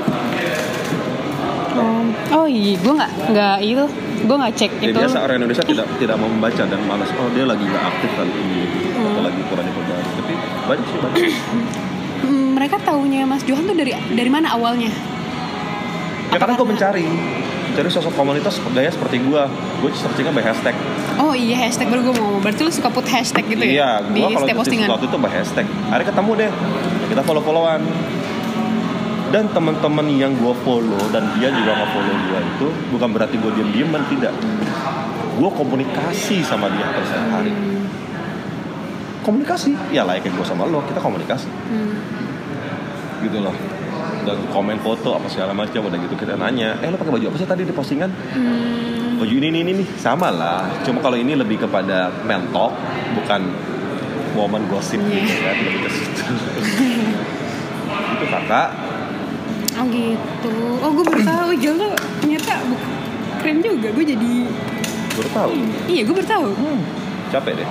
Um, oh iya, gue nggak nggak itu, gue nggak cek ya, itu. Biasa orang Indonesia tidak tidak mau membaca dan malas. Oh dia lagi nggak aktif kali ini, hmm. atau lagi kurang diperbaiki. Tapi banyak sih banyak. Mereka taunya Mas Johan tuh dari dari mana awalnya? Ya karena gue mencari. Cari sosok komunitas gaya seperti gue. Gue searchingnya by hashtag. Oh iya, hashtag baru gue mau. Berarti lu suka put hashtag gitu iya, ya? Iya, gue kalau di sesuatu itu by hashtag. Akhirnya ketemu deh, kita follow-followan. Dan teman-teman yang gue follow dan dia juga nge-follow gue itu bukan berarti gue diem-dieman, tidak. Gue komunikasi sama dia terus setiap hari. Komunikasi, ya layaknya gue sama lo, kita komunikasi. Hmm. Gitu loh. Dan komen foto apa segala macam, udah gitu kita nanya, eh lo pakai baju apa sih tadi di postingan? Hmm. Baju ini ini ini sama lah, cuma kalau ini lebih kepada mentok, bukan woman gossip yeah. gitu kan, lebih ke situ. Itu kakak. Oh gitu, oh gue baru tahu, gila ternyata keren juga, gue jadi. Baru tahu? Hmm. Iya gue baru tahu. Hmm. Capek deh.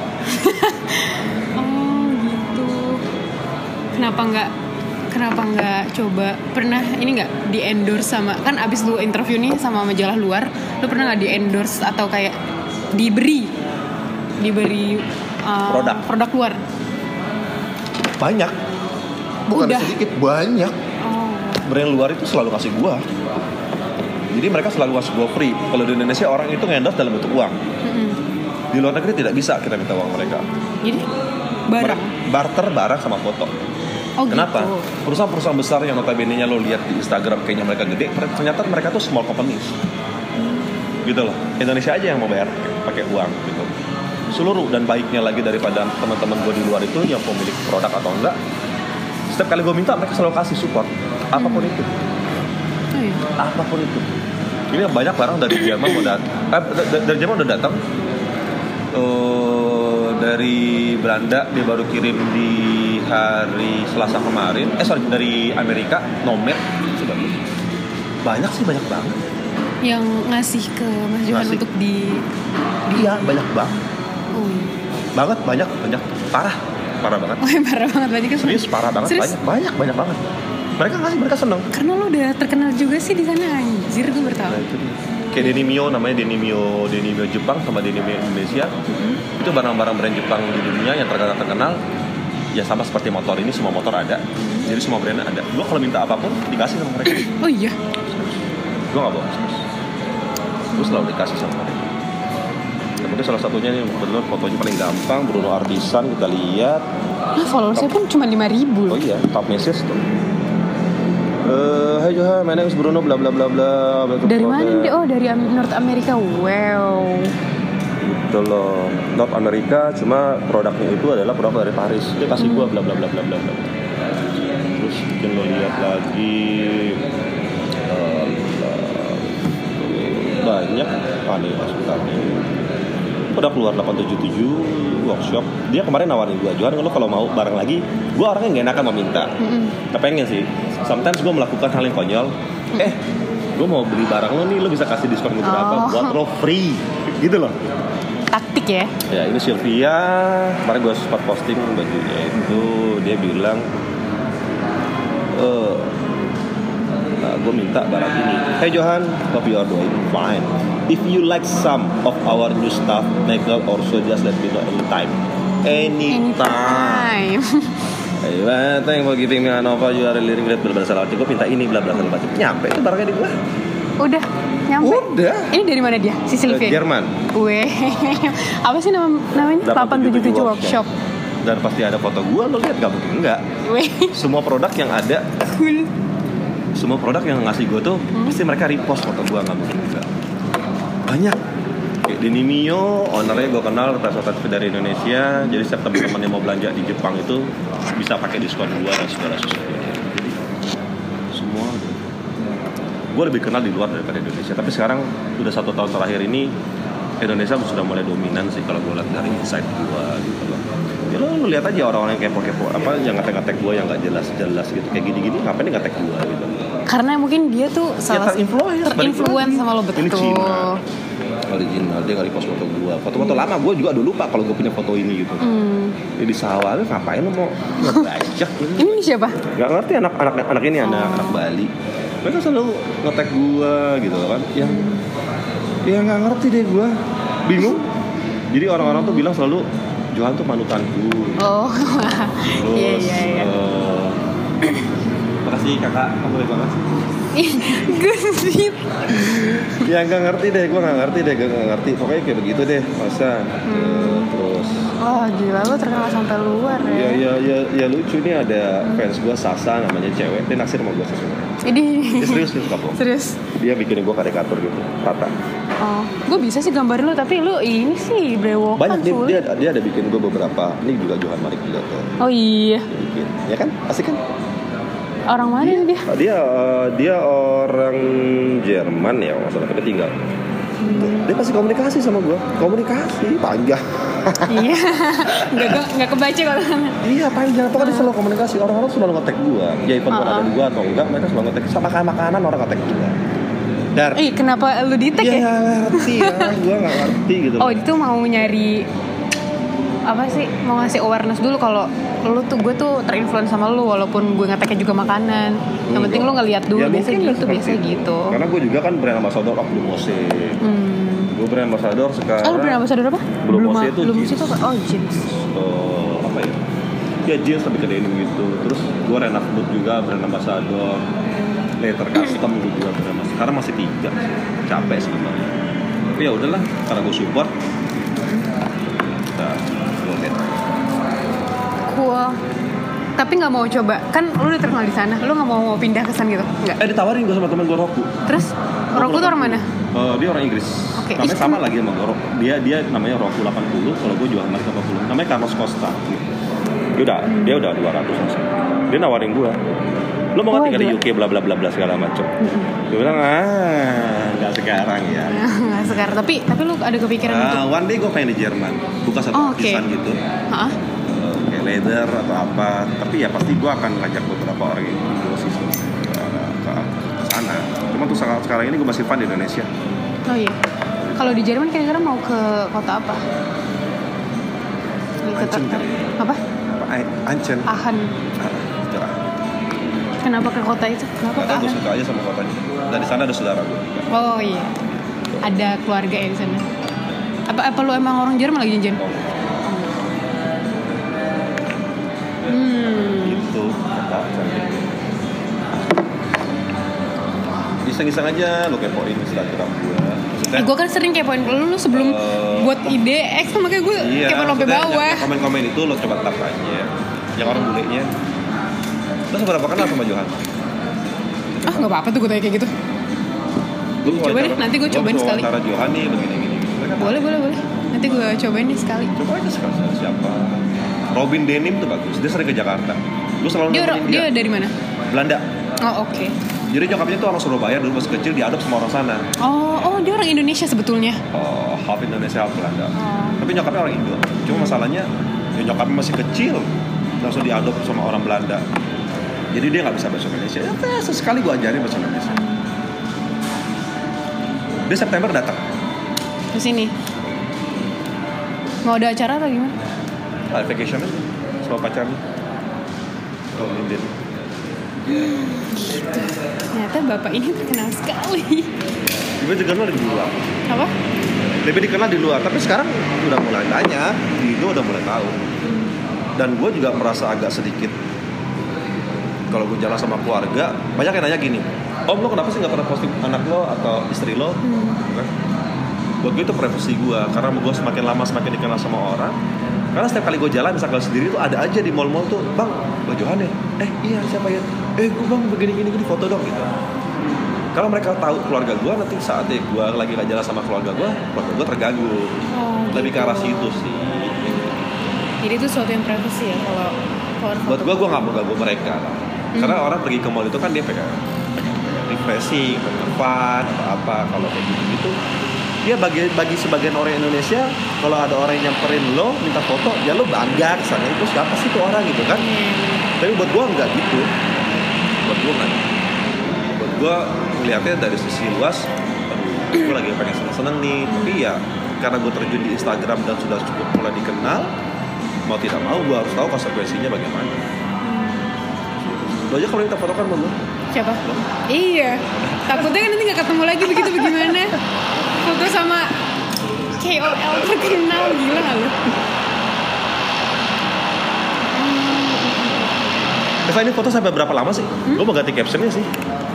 Oh gitu, kenapa nggak? Kenapa nggak coba pernah ini nggak di endorse sama kan abis lu interview nih sama majalah luar, lu pernah nggak di endorse atau kayak diberi diberi uh, produk produk luar? Banyak, bukan udah sedikit, banyak. Oh. Brand luar itu selalu kasih gua, jadi mereka selalu kasih gua free. Kalau di Indonesia orang itu endorse dalam bentuk uang. Mm-hmm. Di luar negeri tidak bisa kita minta uang mereka. Jadi barang barter barang sama foto. Oh, kenapa? Gitu. Perusahaan-perusahaan besar yang notabene-nya lo lihat di Instagram kayaknya mereka gede, ternyata mereka tuh small companies. Hmm. Gitu loh. Indonesia aja yang mau bayar pakai uang gitu. Seluruh dan baiknya lagi daripada teman-teman gue di luar itu yang pemilik produk atau enggak. Setiap kali gue minta mereka selalu kasih support apapun hmm. itu. Oh, iya. Apapun itu. Ini banyak barang dari Jerman mau datang. Eh, dari Jerman udah datang. Uh, dari Belanda dia baru kirim di hari Selasa kemarin. Eh sorry dari Amerika nomad sudah banyak sih banyak banget. Yang ngasih ke Mas Johan ngasih. Untuk di, di iya banyak banget. Oh, iya. Banget banyak banyak parah parah banget. Oh, parah banget banyak kan? Serius parah banget. Serius? banyak banyak banyak banget. Mereka ngasih mereka seneng. Karena lo udah terkenal juga sih di sana anjir gue bertahu. Nah, kayak Denimio namanya Denimio Denimio Jepang sama Denimio Indonesia. Mm-hmm. Itu barang-barang brand Jepang di dunia yang terkenal terkenal. Ya sama seperti motor ini semua motor ada. Mm-hmm. Jadi semua brandnya ada. Gue kalau minta apapun dikasih sama mereka. Oh iya. Gue nggak bohong. Gue selalu dikasih sama mereka. Ya, mungkin salah satunya nih benar fotonya paling gampang Bruno Artisan kita lihat. Nah followersnya pun cuma lima ribu. Oh iya top message tuh. Uh, Hai Johan, my name is Bruno, bla bla bla bla. Dari mana dia? Oh, dari North America. Wow. Gitu loh. North America, cuma produknya itu adalah produk dari Paris. Dia kasih hmm. gua bla bla bla bla bla bla. Terus mungkin lo lihat lagi uh, banyak nih masukannya. Udah keluar delapan tujuh tujuh workshop. Dia kemarin nawarin gue, Johan lo kalau mau bareng lagi. Gue orangnya nggak enakan mau minta. Mm-hmm. Kepengen sih. Sometimes gue melakukan hal yang konyol. Mm-hmm. Eh, gue mau beli barang lo nih, lo bisa kasih diskon gitu oh. apa? Buat lo free, gitu loh. Taktik ya? Ya ini Sylvia. Kemarin gue sempat posting bajunya itu. Dia bilang, eh, nah, gue minta barang ini. Hey Johan, hope you are doing fine. If you like some of our new stuff, makeup or so, just let me know anytime. Anytime. Hey, thank you for giving me an offer. You are really great. Bla bla bla. Gue minta ini bla bla bla. Nyampe itu barangnya di gue. Udah nyampe. Udah. Ini dari mana dia? Si Sylvia. Jerman. Weh. Apa sih nama namanya? delapan tujuh tujuh Workshop. Dan pasti ada foto gue. Lo lihat gak mungkin enggak. Weh. Semua produk yang ada. Cool. Semua produk yang ngasih gue tuh hmm. pasti mereka repost foto gue, nggak mungkin enggak. Banyak. Kayak Denny Mio, ownernya gue kenal, representatif dari Indonesia. Jadi setiap teman-teman yang mau belanja di Jepang itu bisa pakai diskon gue dan segala sesuatu. Jadi semua gue lebih kenal di luar daripada Indonesia. Tapi sekarang udah satu tahun terakhir ini Indonesia sudah mulai dominan sih kalau gue lihat dari insight gue gitu loh. Ya lo, lo lihat aja orang-orang yang kepo-kepo apa yang ngetek-ngetek gue yang nggak jelas-jelas gitu kayak gini-gini ngapain dia ngetek gue gitu. Karena mungkin dia tuh salah ya, terinfluence, terinfluence sama lo betul. Ini Cina. Original, dia nggak repost foto gue. Foto-foto hmm. lama gue juga udah lupa kalau gue punya foto ini gitu. Hmm. Jadi sawah, ngapain lo mau ngebajak gitu. Ini siapa? Gak ngerti anak-anak anak ini oh. anak anak Bali. Mereka selalu ngetek gue gitu kan. Yang ya nggak ngerti deh gue, bingung. Jadi orang-orang tuh bilang selalu Johan tuh panutanku. Oh. Terus. Iya iya iya. Uh, makasih kakak, kamu boleh banget. Gusit. Ya nggak ngerti deh, gue nggak ngerti deh, gue nggak ngerti. Pokoknya kayak begitu deh, masa. Hmm. Terus. Oh gila, lo terkenal sampai luar ya? Ya ya ya, ya lucu nih ada fans gue Sasa namanya cewek, dia naksir sama gue sesuatu. Jadi. Dia serius nih kapok. Serius. Dia bikin gue karikatur gitu, rata. Oh, gue bisa sih gambarin lo, tapi lo ini sih brewokan. Banyak dia, dia, dia ada bikin gue beberapa. Ini juga Johan Marik juga tuh. Oh iya. Dia bikin, ya kan? Asik kan? Orang mana dia? Dia, dia, uh, dia orang Jerman ya, masalah tapi tinggal. Hmm. Dia pasti komunikasi sama gue, komunikasi panjang. Iya, nggak nggak kebaca kalau. Iya panjang, pokoknya dia selalu komunikasi. Orang-orang selalu ngetek gue, ya even uh-uh. ada di gue atau enggak, mereka selalu ngetek. Sama makan makanan orang ngetek gue. Dar. Eh kenapa lu di tag ya? Iya nggak ngerti ya, gue nggak ngerti gitu. Oh itu mau nyari apa sih? Mau ngasih awareness dulu kalau lu tuh gue tuh terinfluence sama lu walaupun gue ngeteknya juga makanan. Yang penting lu ngeliat dulu ya, biasa gitu, biasa gitu. Karena gue juga kan brand ambassador of Blue Mose. Hmm. Gue brand ambassador sekarang. Oh lu brand ambassador apa? Blue Mose itu Blue Mose itu apa? Oh jeans. Uh, apa ya? Ya jeans tapi gedein gitu. Terus gue Rena Food juga brand ambassador. Later custom gue juga brand ambassador. Sekarang masih tiga. Capek sebenarnya. Tapi ya udahlah, karena gue support. Nah, gue lihat. Cool. Tapi nggak mau coba, kan lu udah terkenal di sana, lu nggak mau pindah ke sana gitu? Nggak? Eh ditawarin gue sama temen gue Roku. Terus Roku tuh orang mana? Uh, dia orang Inggris. Okay. Namanya sama lagi sama gue. Dia dia namanya Roku delapan puluh, kalau gue Johan Marik delapan puluh. Namanya Carlos Costa. Dia udah hmm. dia udah dua ratus langsung. Dia nawarin gue. Lo mau nggak tinggal di U K bla bla bla bla segala macam. Mm-hmm. Gue bilang ah nggak sekarang ya. Nggak sekarang. Tapi tapi lu ada kepikiran uh, untuk? One day gue pengen di Jerman, buka satu oh, okay. desain gitu. Hah? Kayak leather atau apa. Tapi ya pasti gue akan ngajak beberapa orang yang Indo sih ke, ke sana. Cuma tuh sekarang ini gue masih fun di Indonesia. Oh iya. Kalau di Jerman kira-kira mau ke kota apa? Anchen kan? Apa? Anchen. Aachen. Kenapa ke kota itu? Kenapa Karena gue suka aja sama kotanya. Dan di sana ada saudara gue. Oh iya. Ada keluarga ya di sana. Apa apa lu emang orang Jerman lagi janjian? Oh. Hmm. Itu kota cantik. Iseng-iseng aja lo kepoin Instagram gue. Eh, gue kan sering kepoin lu, lu sebelum uh, buat ide X makanya gue iya, kepoin sampai bawah. Komen-komen itu lo coba tap aja. Yang orang bulenya. Lo seberapa kenal sama Johan? Ah nggak apa-apa tuh gue tanya kayak gitu. Gua Coba deh, wawancara- nanti gue gua cobain bisa sekali. wawancara Johani begini-gini. Mereka Boleh boleh boleh. Nanti gue cobain nih sekali. coba aja sekali siapa. Robin Denim tuh bagus. Dia sering ke Jakarta. Gue selalu Dia orang nemenin dia dari mana? Belanda. Oh oke. Jadi nyokapnya tuh orang Surabaya dulu pas kecil diadop sama orang sana. Oh oh dia orang Indonesia sebetulnya. Oh, half Indonesia half Belanda. Oh. Tapi nyokapnya orang Indo. Cuma masalahnya ya nyokapnya masih kecil langsung diadop sama orang Belanda. Jadi dia nggak bisa bahasa Indonesia. Ya eh, sesekali gue ajarin bahasa Indonesia. Dia September datang. Ke sini. Mau ada acara atau gimana? Ada vacation aja sama pacarnya. Oh, Linden. Ternyata bapak ini terkenal sekali. Dia juga kenal di luar. Apa? Lebih dikenal di luar. Tapi sekarang udah mulai nanya. Di Indo udah mulai tahu. Dan gue juga merasa agak sedikit. Kalau gue jalan sama keluarga, banyak yang nanya gini. Om, lo kenapa sih nggak pernah posting anak lo atau istri lo? Hmm. Kan? Buat gue itu privasi gue. Karena gue semakin lama semakin dikenal sama orang. Karena setiap kali gue jalan, misalkan sendiri tuh ada aja di mall-mall tuh, bang, lo Johan ya? Eh iya siapa ya? Eh gue bang begini-gini di foto dong gitu. Kalau mereka tahu keluarga gue, nanti saatnya gue lagi gak jalan sama keluarga gue, keluarga gue terganggu. Oh, lebih gitu. Ke arah situ sih. Jadi itu suatu yang privasi ya kalau buat gue, gue gak mau ganggu mereka lah. Hmm. Karena orang pergi ke mall itu kan dia pengen refreshing, pengen fun, atau apa. Kalau kayak gitu-gitu, dia bagi bagi sebagian orang Indonesia, kalau ada orang yang nyamperin lo minta foto, ya lo bangga kesana, itu siapa sih tuh orang gitu kan? Hmm. Tapi buat gue nggak gitu, buat gue nggak. Buat gue melihatnya dari sisi luas, gue lagi pengen seneng-seneng nih, tapi ya karena gue terjun di Instagram dan sudah cukup mulai dikenal, mau tidak mau gue harus tahu konsekuensinya bagaimana. Lo aja kalau minta foto kan mau lo? Siapa? Lo? Iya. Takutnya kan nanti nggak ketemu lagi begitu bagaimana? Foto sama K O L terkenal, gila nggak lo? Eva, ini foto sampai berapa lama sih? Hmm? Gue mau ganti captionnya sih.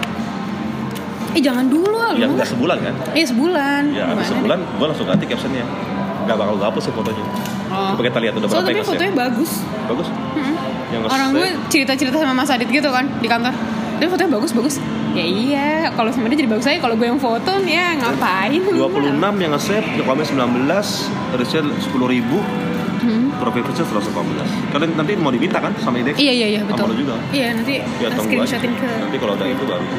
Eh jangan dulu lah. Ya nggak sebulan kan? Iya sebulan. Ya habis sebulan gue langsung ganti captionnya. Gak bakal gue hapus sih fotonya. Oh. Coba kita lihat udah berapa. So, tapi fotonya bagus. Bagus? Hmm. Yang orang gue cerita-cerita sama Mas Adit gitu kan di kantor. Tapi fotonya bagus-bagus. Ya iya, kalau sama dia jadi bagus aja. Kalau gue yang foto ya ngapain? dua puluh enam yang nge-save, Jokowi sembilan belas, reach sepuluh ribu. Hmm. Profil picture seratus delapan belas. Karena nanti mau diminta kan sama Idex? Iya iya iya betul. Sama lo juga. Iya nanti ya, screenshotin ke. Nanti kalau udah itu baru.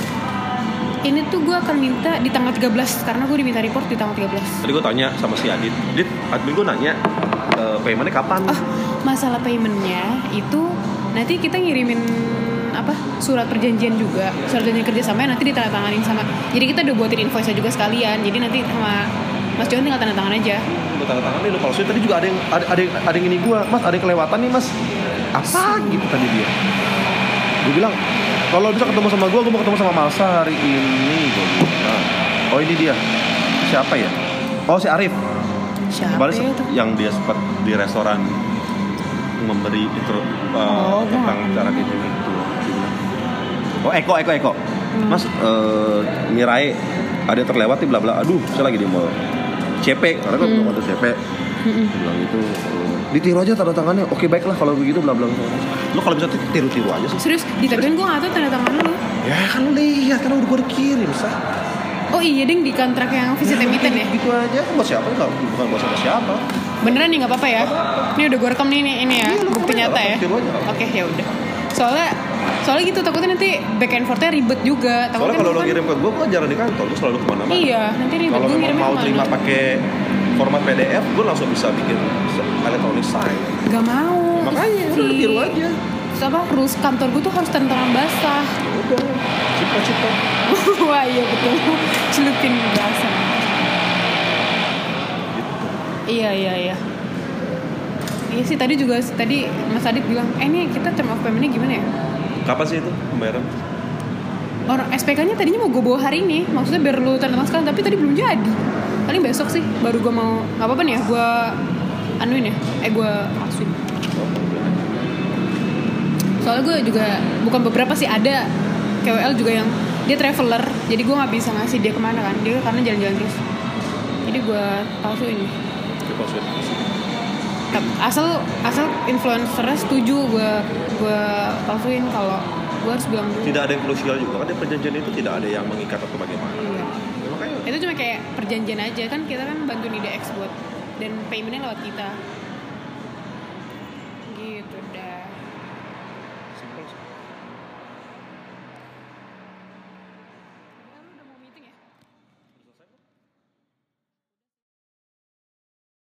Ini tuh gue akan minta di tanggal tiga belas karena gue diminta report di tanggal tiga belas. Tadi gue tanya sama si Adit, Adit, admin gue nanya uh, paymentnya kapan? Oh, masalah paymentnya itu nanti kita ngirimin apa surat perjanjian juga, surat perjanjian kerjasama nanti ditandatanganin sama. Jadi kita udah buatin invoice juga sekalian. Jadi nanti sama Mas Johan tinggal tanda tangan aja. Gue tanda tangan nih lo palsuin. Tadi juga ada yang ada ada, ada yang ini gue, Mas ada yang kelewatan nih Mas. Apa gitu tadi dia? Gue bilang kalau bisa ketemu sama gue, gue mau ketemu sama Malsa hari ini. Gue bilang, oh ini dia. Siapa ya? Oh si Arif. Siapa Baris, ya itu? Yang dia sempat di restoran memberi intro uh, oh, tentang nah. cara kayak gitu. Oh Eko Eko Eko. Hmm. Mas uh, Mirai ada yang terlewat nih bla bla. Aduh saya lagi di mall C P karena kan belum ada C P. Hmm. Dia bilang gitu. Uh, ditiru aja tanda tangannya. Oke baiklah kalau begitu bla bla. Lo kalau bisa tiru-tiru aja sih. Serius? Ditaruhin gue nggak tahu tanda tangan lo. Ya kan lo lihat kan udah gue dikirim sah. Oh iya ding di kontrak yang visit emiten ya? Gitu aja. Buat siapa? Enggak, bukan buat siapa siapa. Beneran nih nggak apa-apa ya? Ini udah gue rekam nih ini, ini ya iya, bukti nyata ya. Oke ya udah. Soalnya soalnya gitu takutnya nanti back and forth-nya ribet juga. Takutnya soalnya kalau lo ngirim ke gue, gue jarang di kantor, gue selalu kemana-mana. Iya, nanti ribet. Kalau memang mau terima pakai format P D F, gue langsung bisa bikin electronic sign. Gak mau. Makanya udah tiru aja. Apa rules kantor gue tuh harus tanda tangan basah. Udah, cipta-cipta. Wah iya betul, celupin basah. Gitu. Iya iya iya. Iya sih tadi juga tadi Mas Adit bilang, eh ini kita term of payment-nya gimana ya? Kapan sih itu pembayaran? Orang S P K-nya tadinya mau gue bawa hari ini, maksudnya biar lu tanda tangan sekarang, tapi tadi belum jadi. Paling besok sih, baru gue mau nggak apa-apa nih ya, gue anuin ya, eh gue masukin. Soalnya gue juga bukan beberapa sih ada K W L juga yang dia traveler, jadi gue nggak bisa ngasih dia kemana kan, dia karena jalan-jalan terus. Jadi gue palsuin. Dia palsuin. Asal asal influencernya setuju gue gue palsuin kalau gue harus bilang dulu. Tidak ada yang krusial juga kan, perjanjian itu tidak ada yang mengikat atau bagaimana. Iya. Ya, makanya Itu cuma kayak perjanjian aja kan, kita kan bantu I D X buat dan paymentnya lewat kita. Gitu dah.